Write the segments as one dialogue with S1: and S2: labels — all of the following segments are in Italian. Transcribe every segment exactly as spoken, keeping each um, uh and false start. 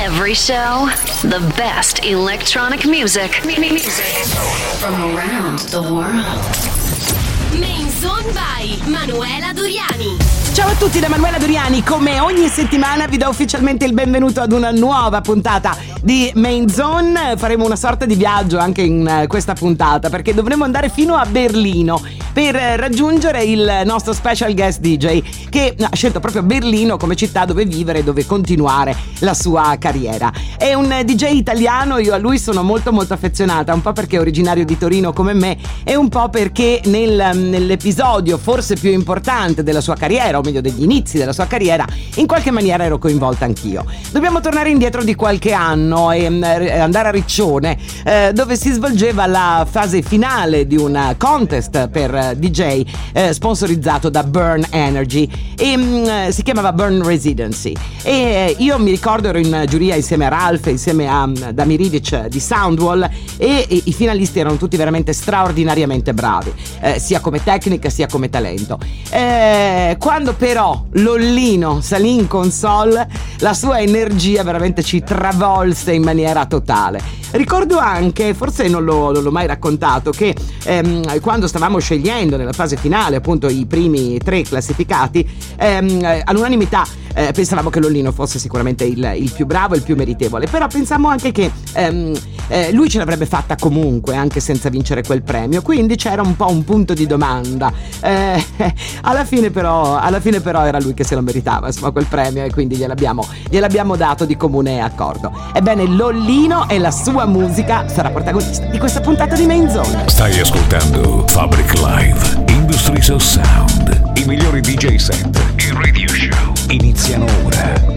S1: Every show, the best electronic music. Music from around the world.
S2: Main Zone by Manuela Doriani.
S3: Ciao a tutti da Manuela Doriani, come ogni settimana vi do ufficialmente il benvenuto ad una nuova puntata di Main Zone. Faremo una sorta di viaggio anche in questa puntata perché dovremo andare fino a Berlino per raggiungere il nostro special guest D J che ha scelto proprio Berlino come città dove vivere e dove continuare la sua carriera. È un D J italiano, io a lui sono molto molto affezionata, un po' perché è originario di Torino come me e un po' perché nel, nell'episodio forse più importante della sua carriera, o meglio degli inizi della sua carriera, in qualche maniera ero coinvolta anch'io. Dobbiamo tornare indietro di qualche anno e eh, andare a Riccione eh, dove si svolgeva la fase finale di un contest per D J eh, sponsorizzato da Burn Energy e mh, si chiamava Burn Residency e eh, io mi ricordo ero in giuria insieme a Ralph, insieme a um, Damiridic di Soundwall e, e i finalisti erano tutti veramente straordinariamente bravi eh, sia come tecnica sia come talento. Eh, quando però Lollino salì in console la sua energia veramente ci travolse in maniera totale. Ricordo anche, forse non l'ho, non l'ho mai raccontato, che ehm, quando stavamo scegliendo nella fase finale appunto i primi tre classificati ehm, all'unanimità eh, pensavamo che Lollino fosse sicuramente il, il più bravo e il più meritevole, però pensammo anche che ehm, eh, lui ce l'avrebbe fatta comunque anche senza vincere quel premio, quindi c'era un po' un punto di domanda. Eh, alla fine però alla fine però era lui che se lo meritava insomma quel premio e quindi gliel'abbiamo, gliel'abbiamo dato di comune accordo. Ebbene, Lollino e la sua musica sarà protagonista di questa puntata di Main Zone.
S4: Stai ascoltando Fabric Live Industries of Sound. I migliori D J set e radio show iniziano ora.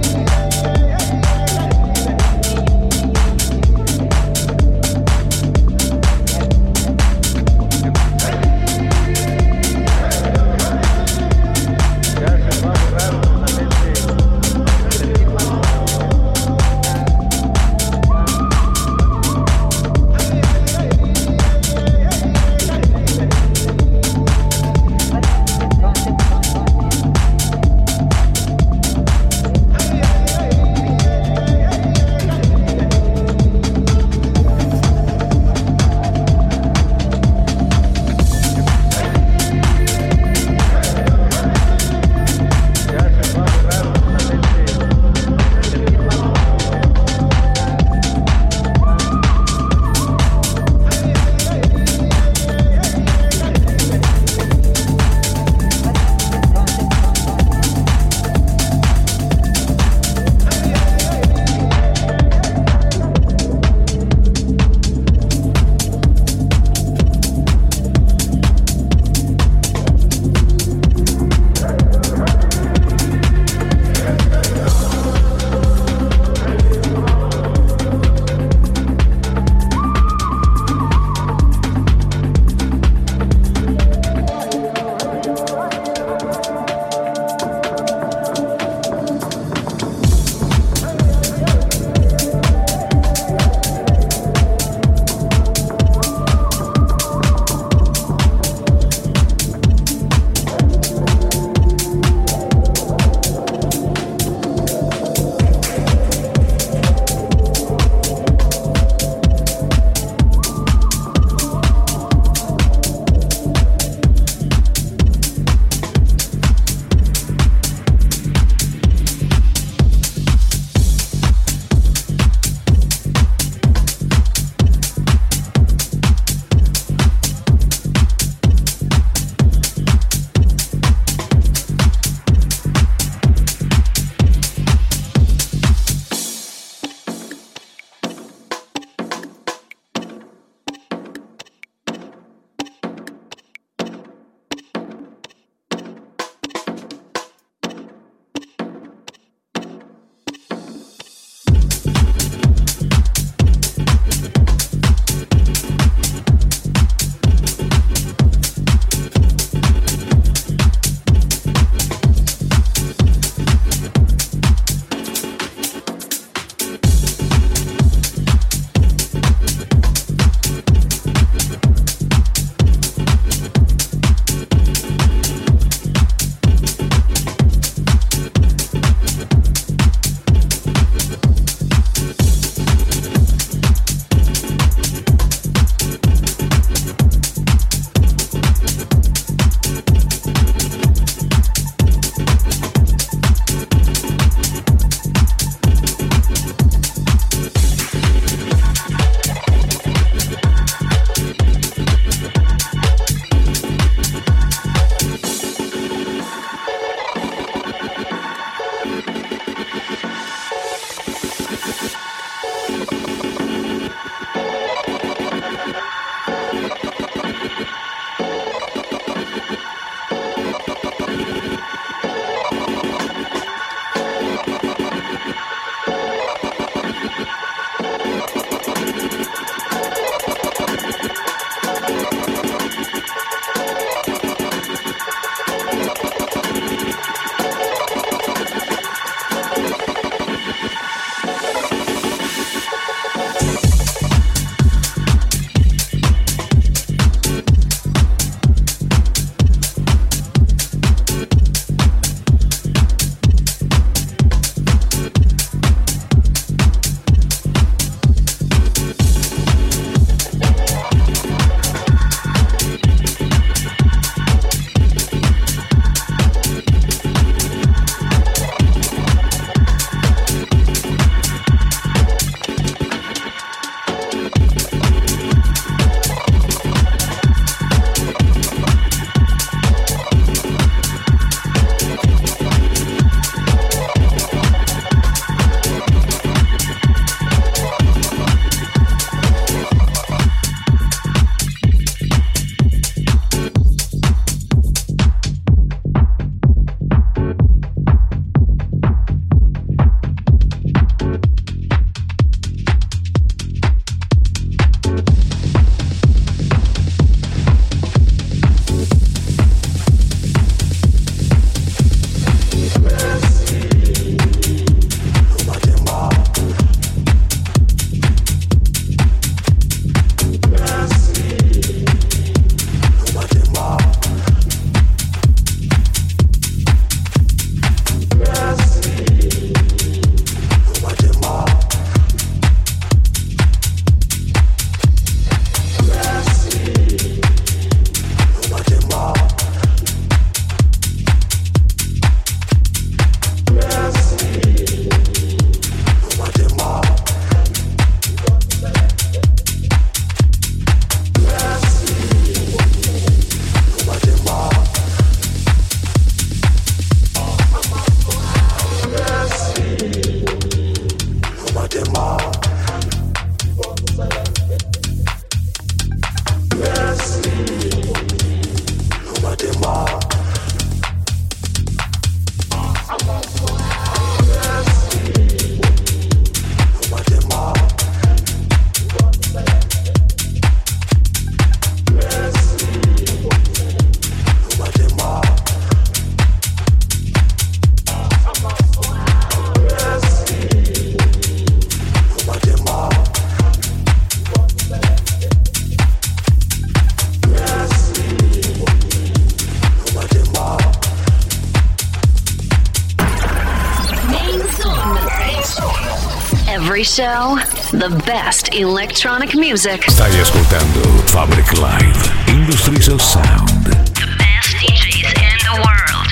S1: Every show, the best electronic music.
S4: Stai ascoltando Fabric Live, Industries of Sound.
S1: The best D Js in the world.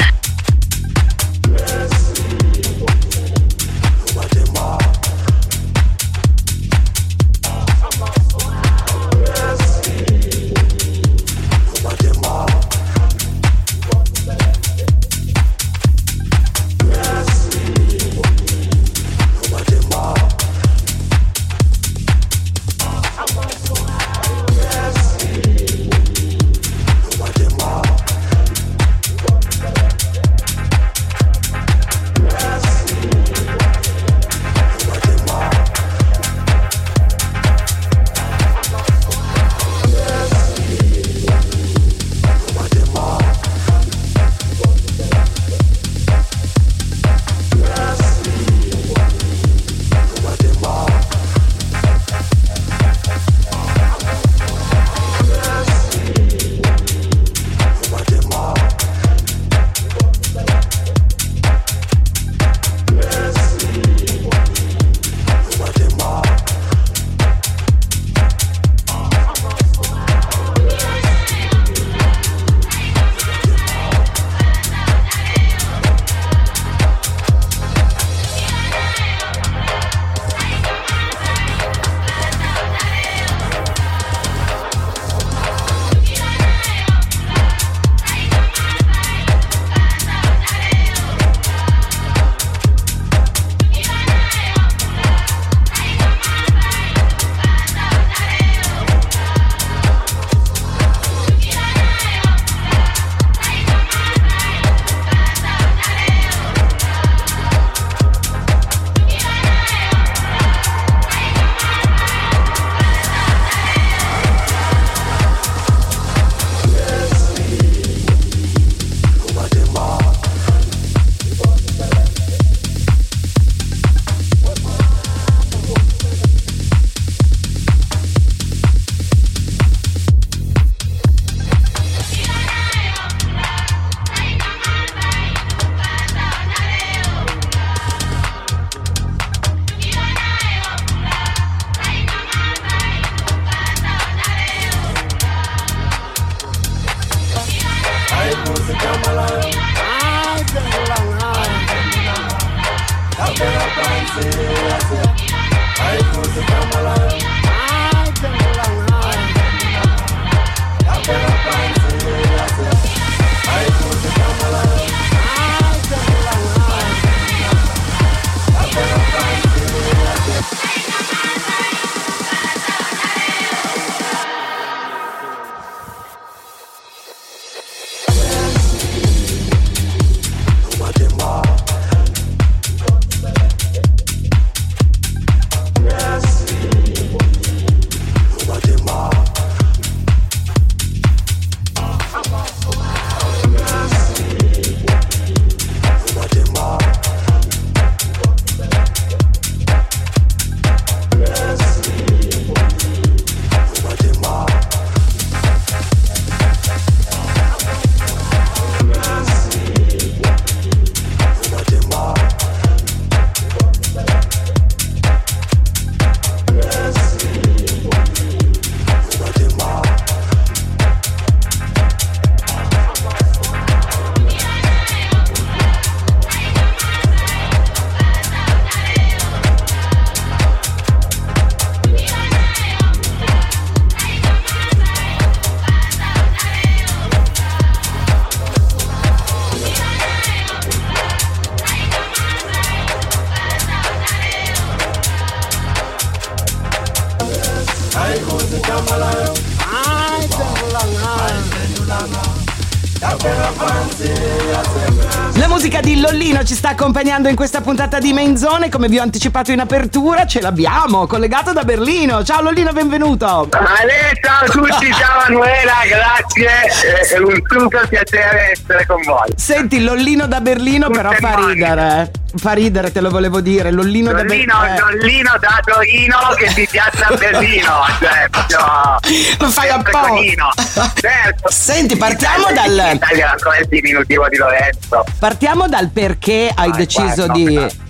S3: La musica di Lollino ci sta accompagnando in questa puntata di Main Zone. Come vi ho anticipato in apertura, ce l'abbiamo collegato da Berlino. Ciao Lollino, benvenuto.
S5: Ale, ciao a tutti, ciao Manuela, grazie. È un super piacere essere con voi.
S3: Senti, Lollino da Berlino, tutte però fa ridere. Fa ridere, te lo volevo dire. Lollino,
S5: Lollino
S3: da Berlino.
S5: Lollino da Torino che si piazza a Berlino. Cioè, proprio.
S3: Lo fai apposta.
S5: Certo.
S3: Senti, partiamo dal.
S5: Italia ancora il diminutivo di Lorenzo.
S3: Partiamo dal perché hai
S5: ah,
S3: deciso
S5: guarda,
S3: di,
S5: no, no.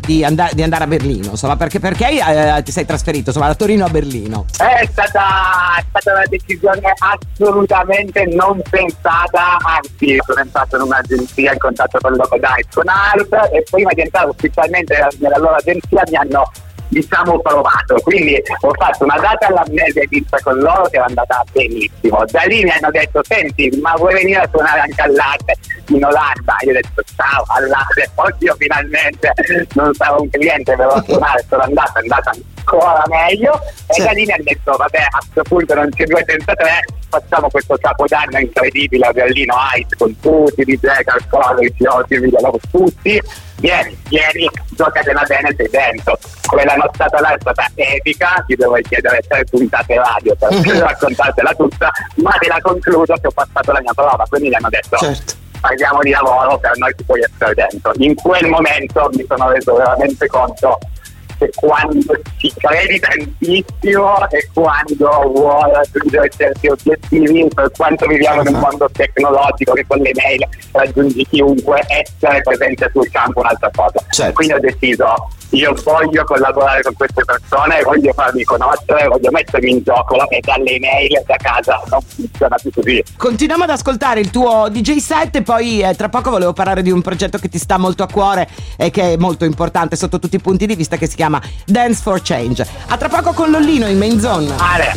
S3: di, and- di andare a Berlino? Insomma, perché, perché eh, ti sei trasferito insomma, da Torino a Berlino?
S5: È stata, è stata una decisione assolutamente non pensata, anzi sono entrato in un'agenzia in contatto con loro con Art, e prima di entrare ufficialmente nella loro agenzia mi hanno, diciamo, provato, quindi ho fatto una data all'amnesia vista con loro che era andata benissimo. Da lì mi hanno detto: senti, ma vuoi venire a suonare anche all'Arte in Olanda? Io ho detto ciao all'Arte, oddio, finalmente non sarò un cliente, per suonare. Sono andato, è andata ancora meglio, e sì. Da lì mi hanno detto: vabbè, a questo punto non c'è due senza tre, facciamo questo capodanno incredibile a Berlino Ice con tutti i D J, Calcolo, i Fiotti, tutti. Vieni, vieni, giocatela bene, sei dentro. Quella nottata là è stata epica, ti devo chiedere tre puntate radio per mm-hmm. raccontartela tutta, ma te la concludo che ho passato la mia prova, quindi mi hanno detto certo. Parliamo di lavoro, per noi ti puoi essere dentro. In quel momento mi sono reso veramente conto che quando ci credi tantissimo e quando vuoi raggiungere certi obiettivi, per quanto viviamo in un mondo tecnologico che con le mail raggiungi chiunque, essere presente sul campo è un'altra cosa. Certo. Quindi ho deciso: io voglio collaborare con queste persone, voglio farmi conoscere, voglio mettermi in gioco, e dalle email da casa non funziona più così.
S3: Continuiamo ad ascoltare il tuo D J set e poi eh, tra poco volevo parlare di un progetto che ti sta molto a cuore e che è molto importante sotto tutti i punti di vista, che si chiama Dance for Change. A tra poco con Lollino in Main Zone.
S5: Ale.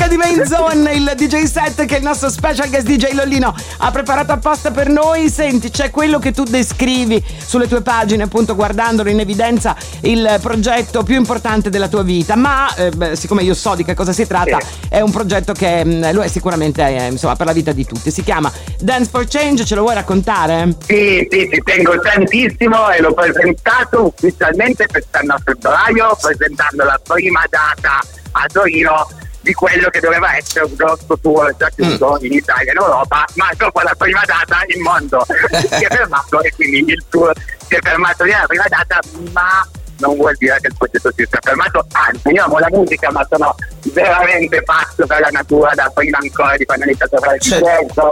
S3: musica di Main Zone, il D J set che il nostro special guest D J Lollino ha preparato apposta per noi. Senti, c'è quello che tu descrivi sulle tue pagine, appunto guardandolo in evidenza, il progetto più importante della tua vita, ma eh, beh, siccome io so di che cosa si tratta, sì. È un progetto che mh, lo è sicuramente eh, insomma per la vita di tutti. Si chiama Dance for Change, ce lo vuoi raccontare?
S5: Sì, sì, ci tengo tantissimo e l'ho presentato ufficialmente quest'anno a febbraio, presentando la prima data a Torino di quello che doveva essere un grosso tour già chiuso mm. in Italia e in Europa, ma dopo la prima data il mondo si è fermato e quindi il tour si è fermato lì alla prima data, ma non vuol dire che il progetto si sia fermato, anzi io amo la musica ma sono veramente pazzo per la natura da prima ancora di quando ho iniziato a fare il certo.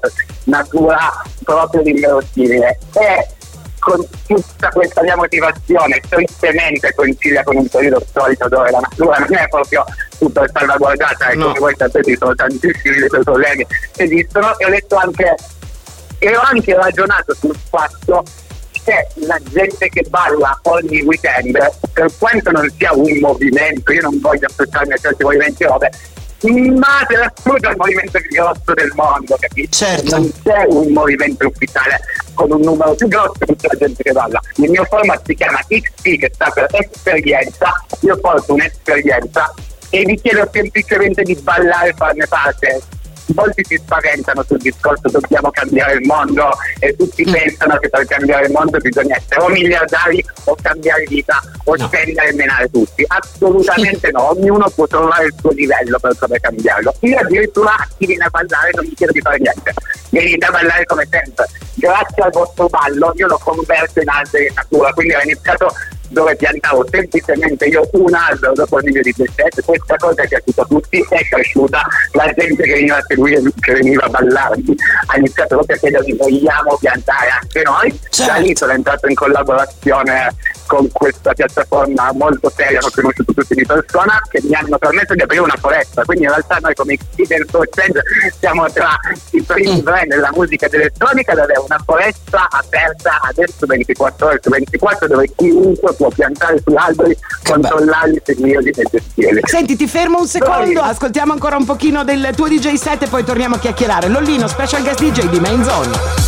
S5: Natura proprio inverosimile e con tutta questa mia motivazione tristemente coincidia con un periodo storico dove la natura non è proprio super salvaguardata e no. Come voi sapete ci sono tantissimi dei suoi problemi che esistono e ho detto anche e ho anche ragionato sul fatto che la gente che balla ogni weekend, per quanto non sia un movimento, io non voglio associarmi a certi movimenti robe, ma per assurdo è il movimento più grosso del mondo, capito?
S3: Certo.
S5: Non c'è un movimento ufficiale con un numero più grosso di tutta la gente che balla. Il mio format si chiama X P, che sta per esperienza. Io porto un'esperienza e vi chiedo semplicemente di ballare e farne parte. Molti si spaventano sul discorso dobbiamo cambiare il mondo e tutti mm. pensano che per cambiare il mondo bisogna essere o miliardari o cambiare vita o no. spendere e menare tutti. Assolutamente no, ognuno può trovare il suo livello per come cambiarlo. Io addirittura a chi viene a ballare non mi chiedo di fare niente, venite a ballare come sempre. Grazie al vostro ballo io lo converto in alberi e natura, quindi ho iniziato dove piantavo semplicemente io un albero dopo il video di diciassette, questa cosa è piaciuta a tutti, è cresciuta, la gente che veniva a seguire, che veniva a ballare ha iniziato proprio a chiedersi vogliamo piantare anche noi, certo. Da lì sono entrato in collaborazione con questa piattaforma molto seria, ho conosciuto tutti di persona, che mi hanno permesso di aprire una foresta, quindi in realtà noi come Dance for Change siamo tra i primi brand della musica elettronica ad avere una foresta aperta adesso ventiquattro ore su ventiquattro dove chiunque può piantare sugli alberi, controllarli, seguirli e gestirli.
S3: Senti, ti fermo un secondo, Dai. Ascoltiamo ancora un pochino del tuo D J set e poi torniamo a chiacchierare. Lollino, special guest D J di Main Zone.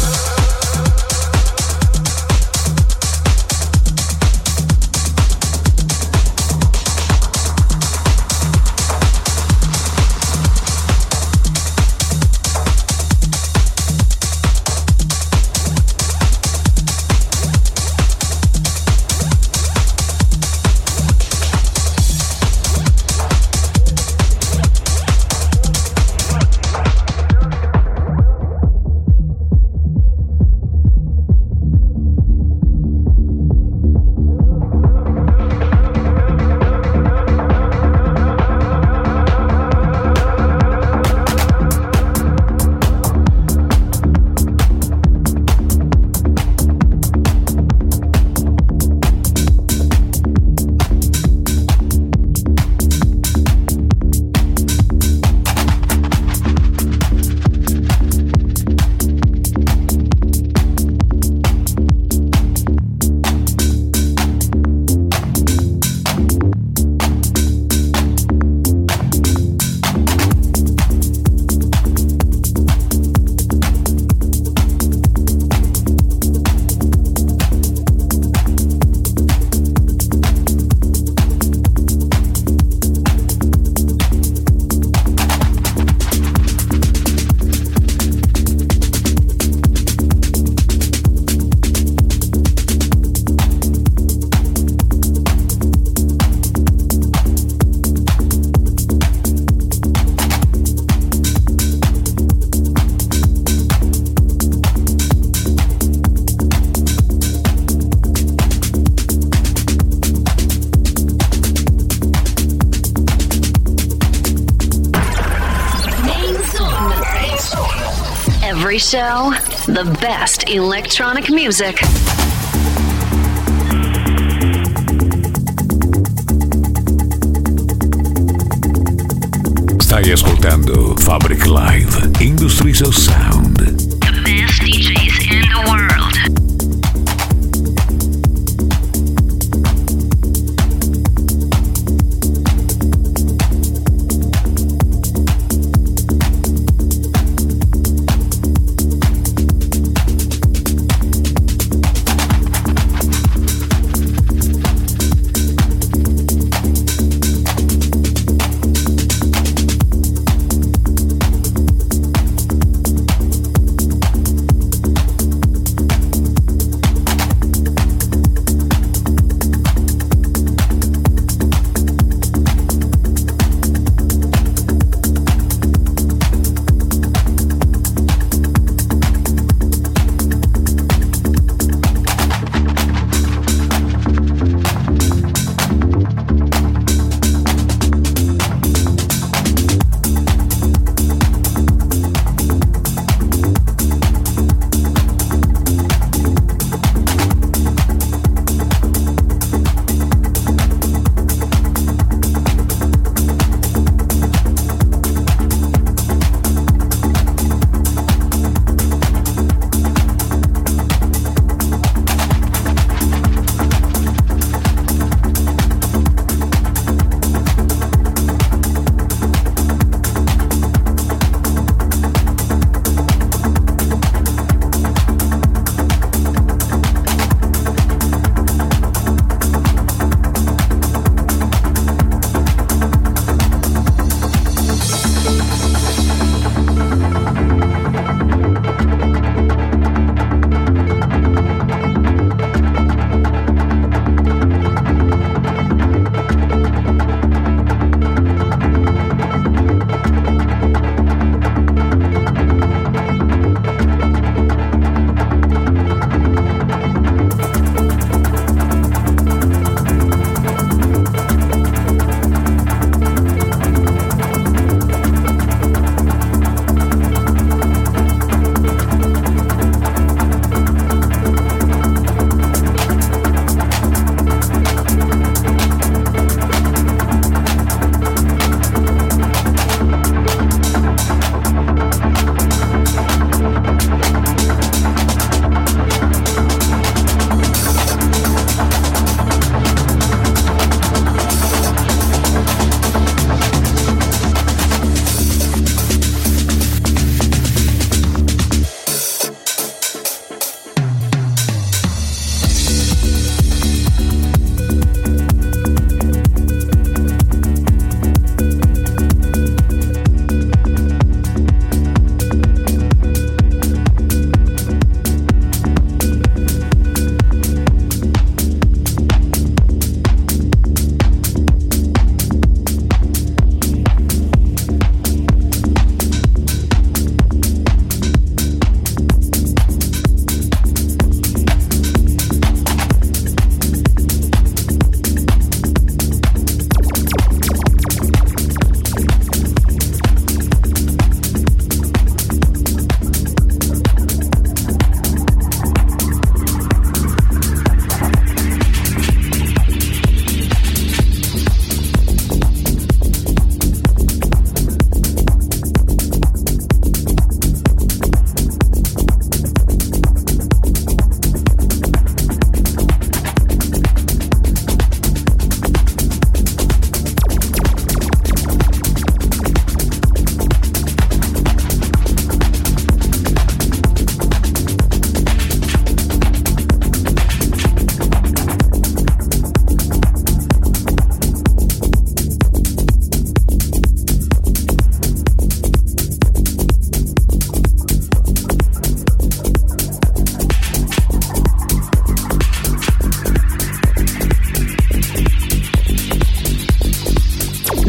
S1: Every show, the best electronic music.
S4: Stai ascoltando Fabric Live, Industries of Sound.
S1: The best D Js in the world.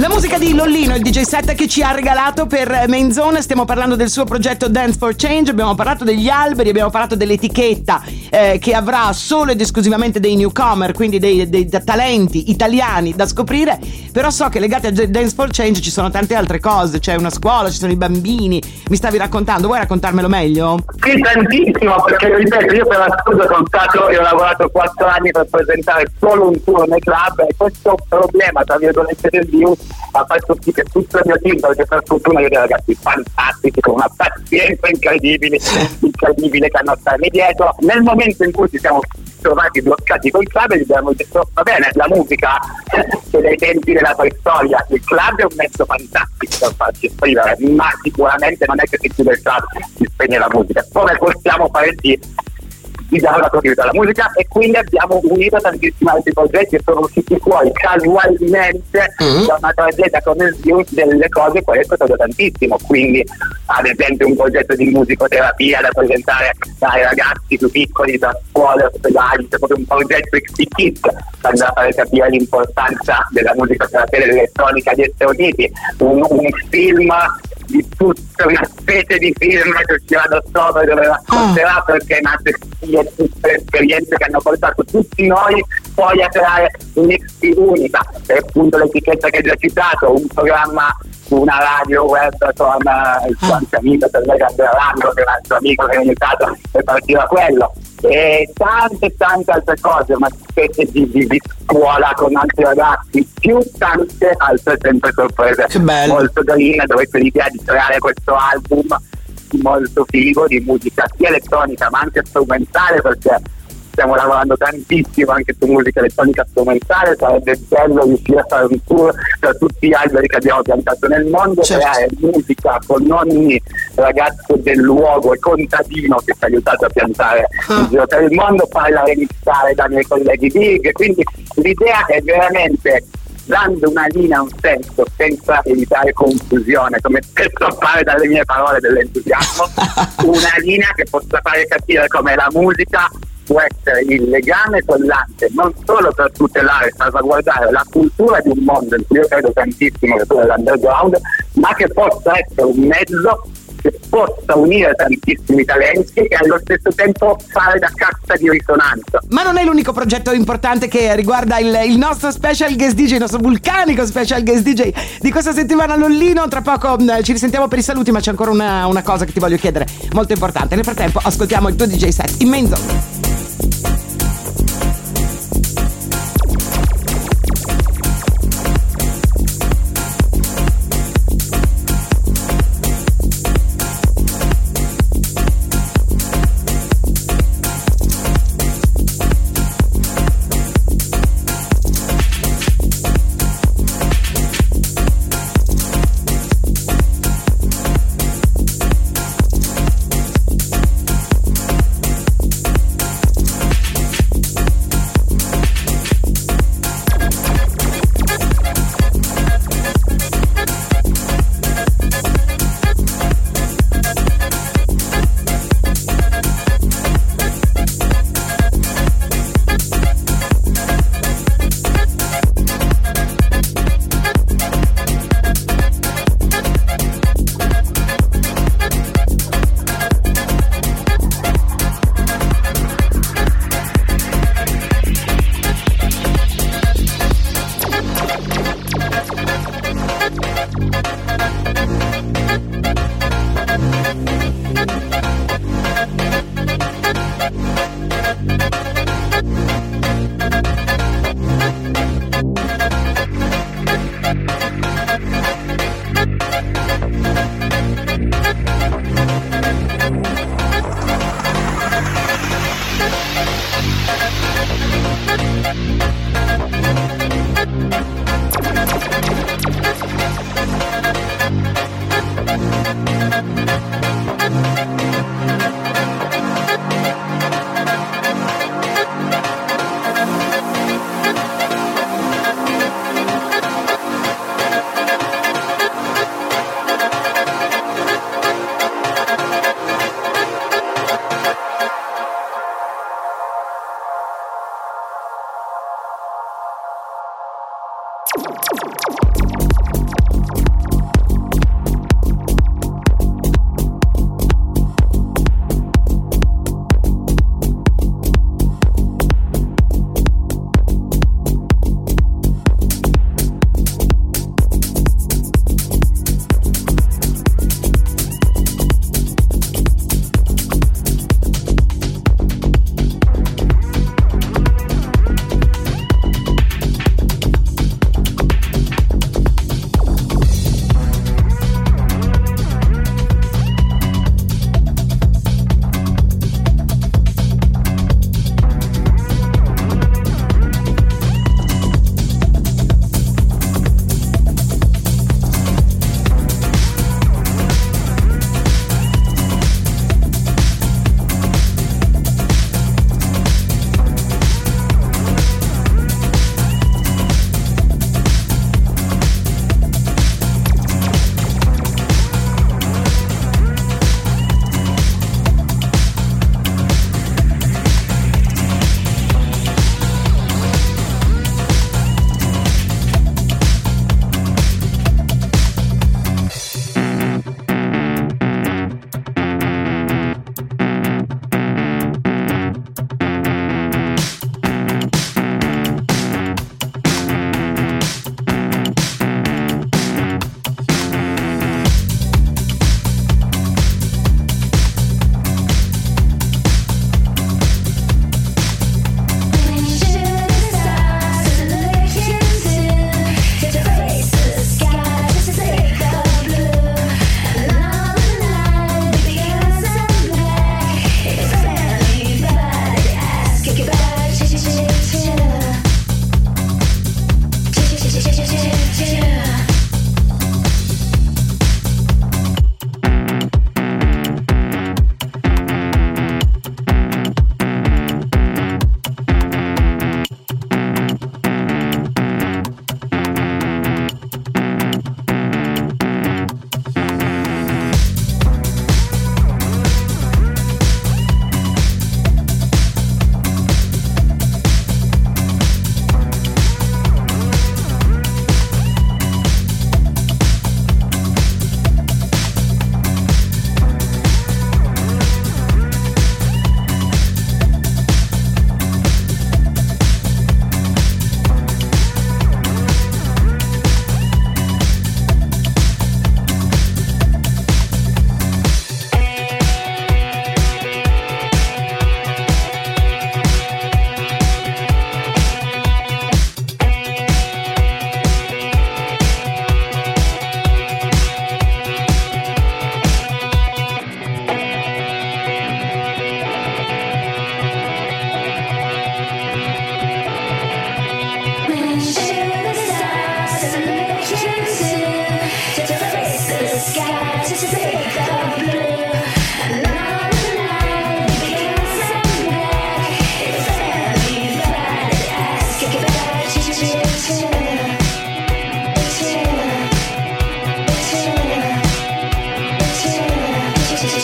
S3: La musica di Lollino, il D J set che ci ha regalato per Main Zone. Stiamo parlando del suo progetto Dance for Change, abbiamo parlato degli alberi, abbiamo parlato dell'etichetta eh, che avrà solo ed esclusivamente dei newcomer, quindi dei, dei, dei talenti italiani da scoprire. Però so che legate a Dance for Change ci sono tante altre cose, c'è una scuola, ci sono i bambini, mi stavi raccontando, vuoi raccontarmelo meglio?
S5: Sì, tantissimo, perché ripeto, io per l'assurdo sono stato e ho lavorato quattro anni per presentare solo un tour nei club, e questo problema, tra virgolette, del virus ha fatto sì che tutto il mio team, perché per fortuna io ho dei ragazzi fantastici con una pazienza incredibile, incredibile che hanno starmi dietro. Nel momento in cui ci siamo trovati bloccati col club, e abbiamo detto va bene, la musica che dai tempi della preistoria, il club è un mezzo fantastico per farci esprimere, ma sicuramente non è che si chiude il club, si spegne la musica. Come possiamo fare sì di dare una continuità alla musica? E quindi abbiamo unito tantissimi altri progetti e sono usciti fuori casualmente mm-hmm. da una tragedia come il virus delle cose. Poi è stato tantissimo, quindi ad esempio un progetto di musicoterapia da presentare ai ragazzi più piccoli da scuole, ospedali, c'è proprio un progetto X P Kids per andare a fare capire l'importanza della musicoterapia dell'elettronica agli Stati Uniti, un, un film di tutta una specie di film che uscirà da ottobre, dove racconterà oh. perché nate tutte le esperienze che hanno portato tutti noi poi a creare un'X P unica, che è appunto l'etichetta che hai già citato, un programma su una radio web con uh, il suo anche amico, per me Andrea Rango, che è un altro amico che mi ha aiutato e partiva quello, e tante tante altre cose, una specie di, di, di scuola con altri ragazzi, più tante altre sempre sorprese molto carine, dove c'è l'idea di creare questo album molto figo di musica sia elettronica ma anche strumentale, perché stiamo lavorando tantissimo anche su musica elettronica strumentale. Sarebbe bello riuscire a fare un tour per tutti gli alberi che abbiamo piantato nel mondo, certo. creare musica con ogni ragazzo del luogo e contadino che ci ha aiutato a piantare ah. in giro per il mondo, farla remixare dai miei colleghi big. Quindi l'idea è veramente, dando una linea, un senso, senza evitare confusione, come spesso appare dalle mie parole dell'entusiasmo, una linea che possa fare capire come la musica può essere il legame collante non solo per tutelare e salvaguardare la cultura di un mondo in cui io credo tantissimo, che è quello dell'underground, ma che possa essere un mezzo che possa unire tantissimi talenti e allo stesso tempo fare da cassa di risonanza.
S3: Ma non è l'unico progetto importante che riguarda il, il nostro special guest D J, il nostro vulcanico special guest D J di questa settimana, Lollino. Tra poco mh, ci risentiamo per i saluti, ma c'è ancora una, una cosa che ti voglio chiedere molto importante. Nel frattempo ascoltiamo il tuo D J set in Main Zone.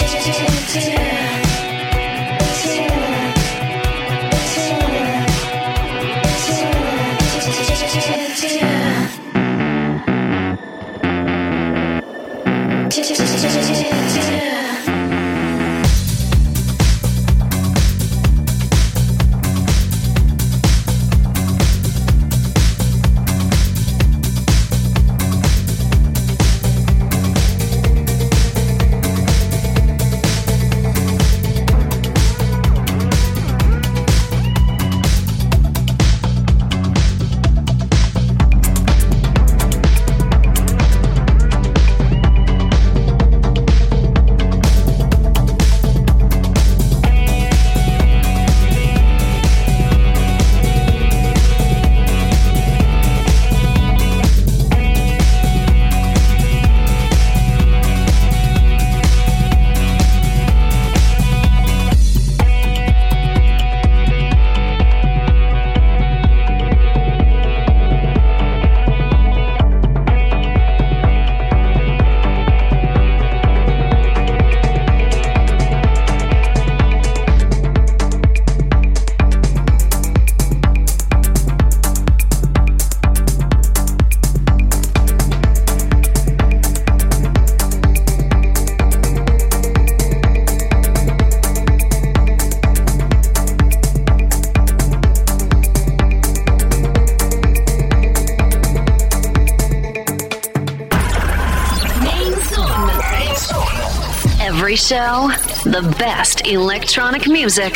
S1: Every show, the best electronic music.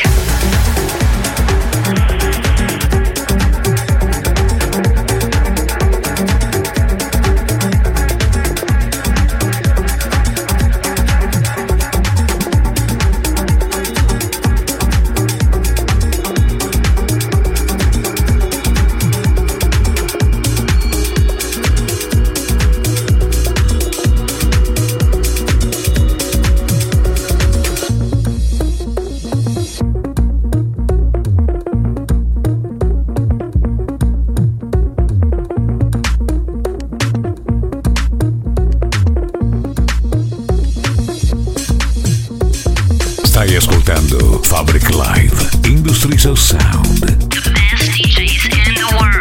S4: Stai ascoltando Fabric Live, Industries of Sound.
S1: The best D Js in the world.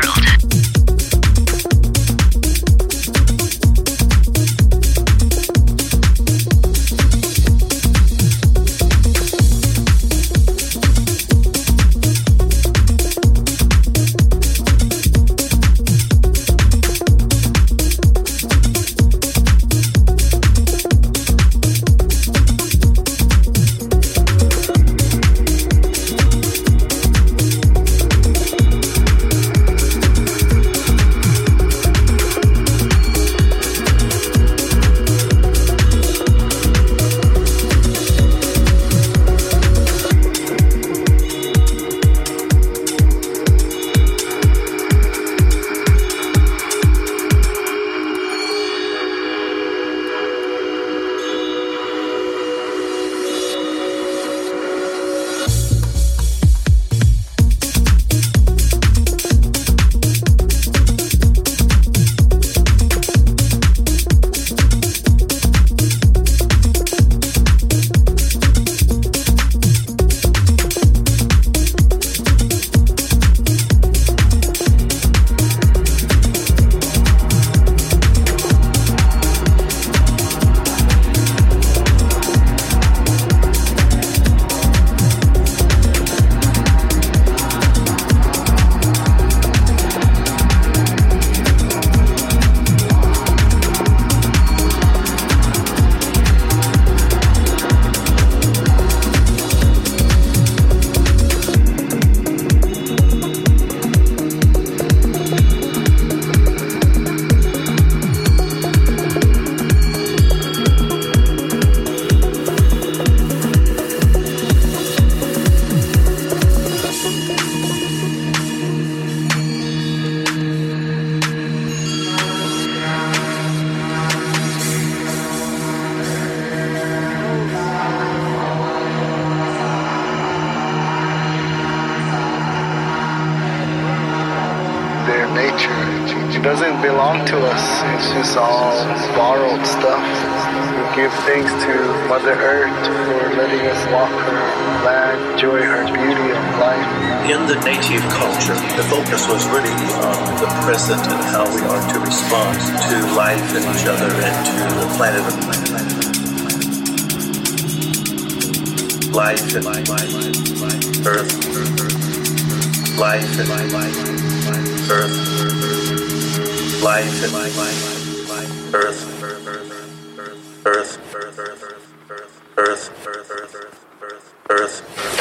S6: doesn't belong to us. It's just all borrowed stuff. We give thanks to Mother Earth for letting us walk her land, enjoy her beauty of life.
S7: In the native culture, the focus was really on the present and how we are to respond to life and each other and to the planet of life and earth, life and earth, life and earth, earth, earth, earth, earth.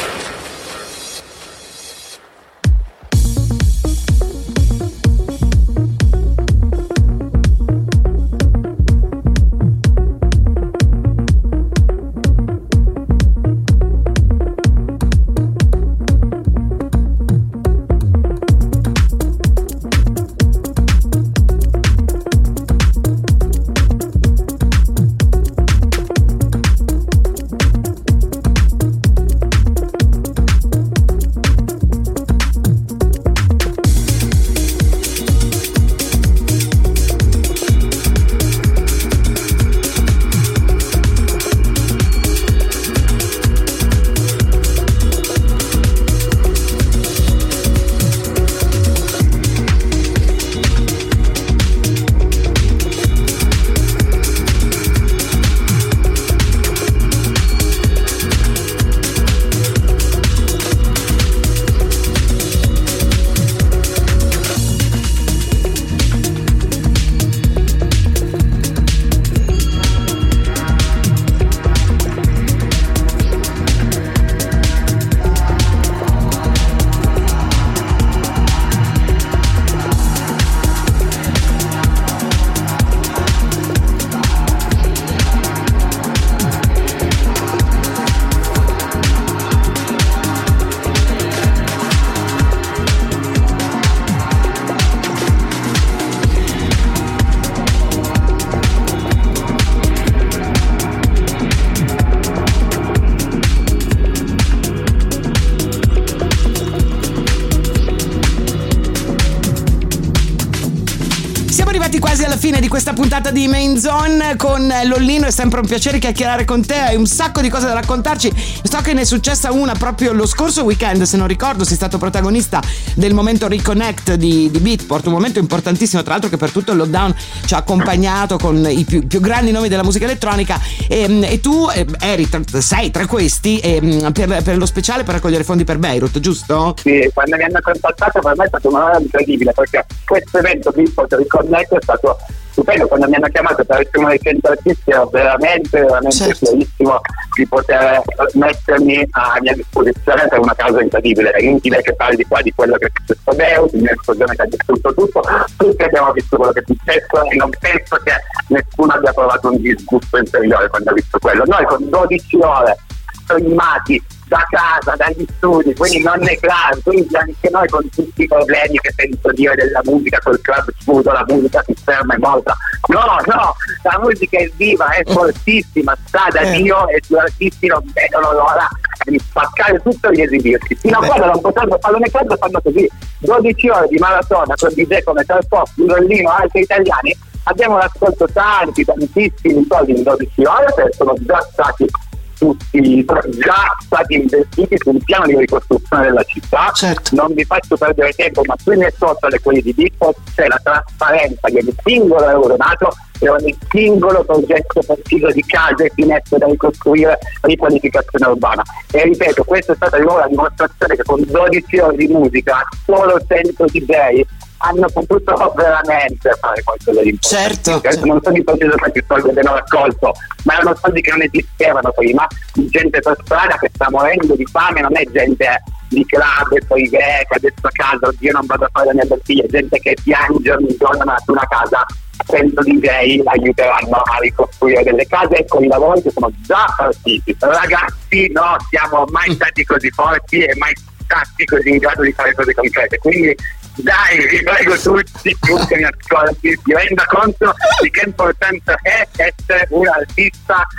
S3: Quasi alla fine di questa puntata di Main Zone con Lollino, è sempre un piacere chiacchierare con te, hai un sacco di cose da raccontarci. So che ne è successa una proprio lo scorso weekend, se non ricordo, sei stato protagonista del momento Reconnect di, di Beatport, un momento importantissimo tra l'altro che per tutto il lockdown ci ha accompagnato con i più, più grandi nomi della musica elettronica e, e tu eri tra, sei tra questi e, per, per lo speciale per raccogliere fondi per Beirut, giusto?
S5: Sì, quando mi hanno contattato per me è stato una cosa incredibile, perché questo evento Beatport Reconnect è stato stupendo. Quando mi hanno chiamato per essere uno dei cento artisti ero veramente veramente
S3: certo.
S5: felicissimo di poter mettermi a mia disposizione per una causa incredibile. È inutile che parli qua di quello che è successo a Beirut, di un'esplosione che ha distrutto tutto, tutti abbiamo visto quello che è successo e non penso che nessuno abbia provato un disgusto interiore quando ha visto quello. Noi con dodici ore filmati da casa, dagli studi, quindi non nei club, quindi anche noi con tutti i problemi che sento dire della musica, col club chiuso, la musica si ferma, è morta. No, no, la musica è viva, è fortissima, sta da Dio e gli artisti non vedono l'ora di spaccare tutto e di esibirsi. Fino a quando non potranno farlo nei club, fanno così, dodici ore di maratona con D J come Tarpop, Lollino, altri italiani, abbiamo raccolto tanti, tantissimi soldi in dodici ore, che sono già stati tutti già stati investiti su un piano di ricostruzione della città.
S3: Certo.
S5: Non vi faccio perdere tempo, ma sui miei social e quelli di Beatport c'è la trasparenza di ogni singolo euro dato e ogni singolo progetto preciso di case e finestre da ricostruire, riqualificazione urbana. E ripeto, questa è stata di nuovo la dimostrazione che con dodici ore di musica, solo cento D J hanno potuto veramente fare qualcosa di importante.
S3: Certo, certo.
S5: Non sono di preciso quanti soldi abbiano raccolto, ma erano soldi che non esistevano prima, gente per strada che sta morendo di fame, non è gente di club e poi greca, adesso a casa, oddio non vado a fare la mia bottiglia, gente che piange ogni giorno su una casa. Cento D J aiuteranno a ricostruire delle case e con i lavori che sono già partiti. Ragazzi, no, siamo mai stati così forti e mai stati così in grado di fare cose concrete, quindi dai, vi prego tutti, chiunque mi ascolti, si renda conto di che importanza è essere un artista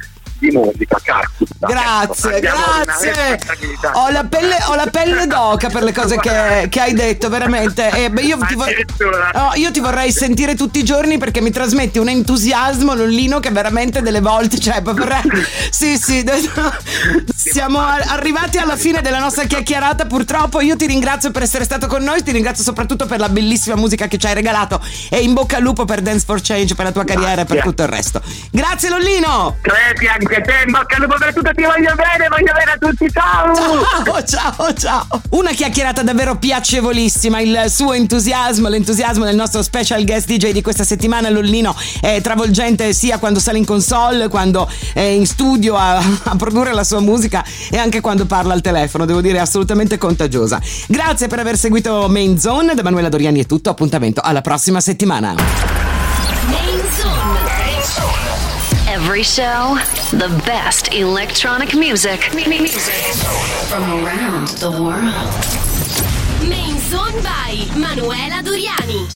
S5: di musica, cazzo.
S3: Grazie,
S5: Abbiamo una
S3: grazie.
S5: responsabilità.
S3: Ho la pelle, ho la pelle d'oca per le cose che, che hai detto, veramente. E beh, io, ti vor-
S5: Addirittura.
S3: no, io ti vorrei sentire tutti i giorni perché mi trasmetti un entusiasmo, Lollino, che veramente delle volte, cioè, vorrei... sì, sì, siamo arrivati alla fine della nostra chiacchierata. Purtroppo io ti ringrazio per essere stato con noi, ti ringrazio soprattutto per la bellissima musica che ci hai regalato e in bocca al lupo per Dance for Change, per la tua carriera e per tutto il resto. Grazie Lollino.
S5: Credi anche te, in bocca al lupo per tutto, ti voglio bene, voglio bene a tutti, ciao.
S3: Ciao, ciao, ciao. Una chiacchierata davvero piacevolissima, il suo entusiasmo, l'entusiasmo del nostro special guest D J di questa settimana, Lollino, è travolgente sia quando sale in console, quando è in studio a, a produrre la sua musica e anche quando parla al telefono, devo dire assolutamente contagiosa. Grazie per aver seguito Main Zone, da Manuela Doriani è tutto, appuntamento alla prossima settimana.
S2: Main Zone.
S1: Every show, the best electronic music. Music from around the world.
S2: Main Zone by Manuela Doriani.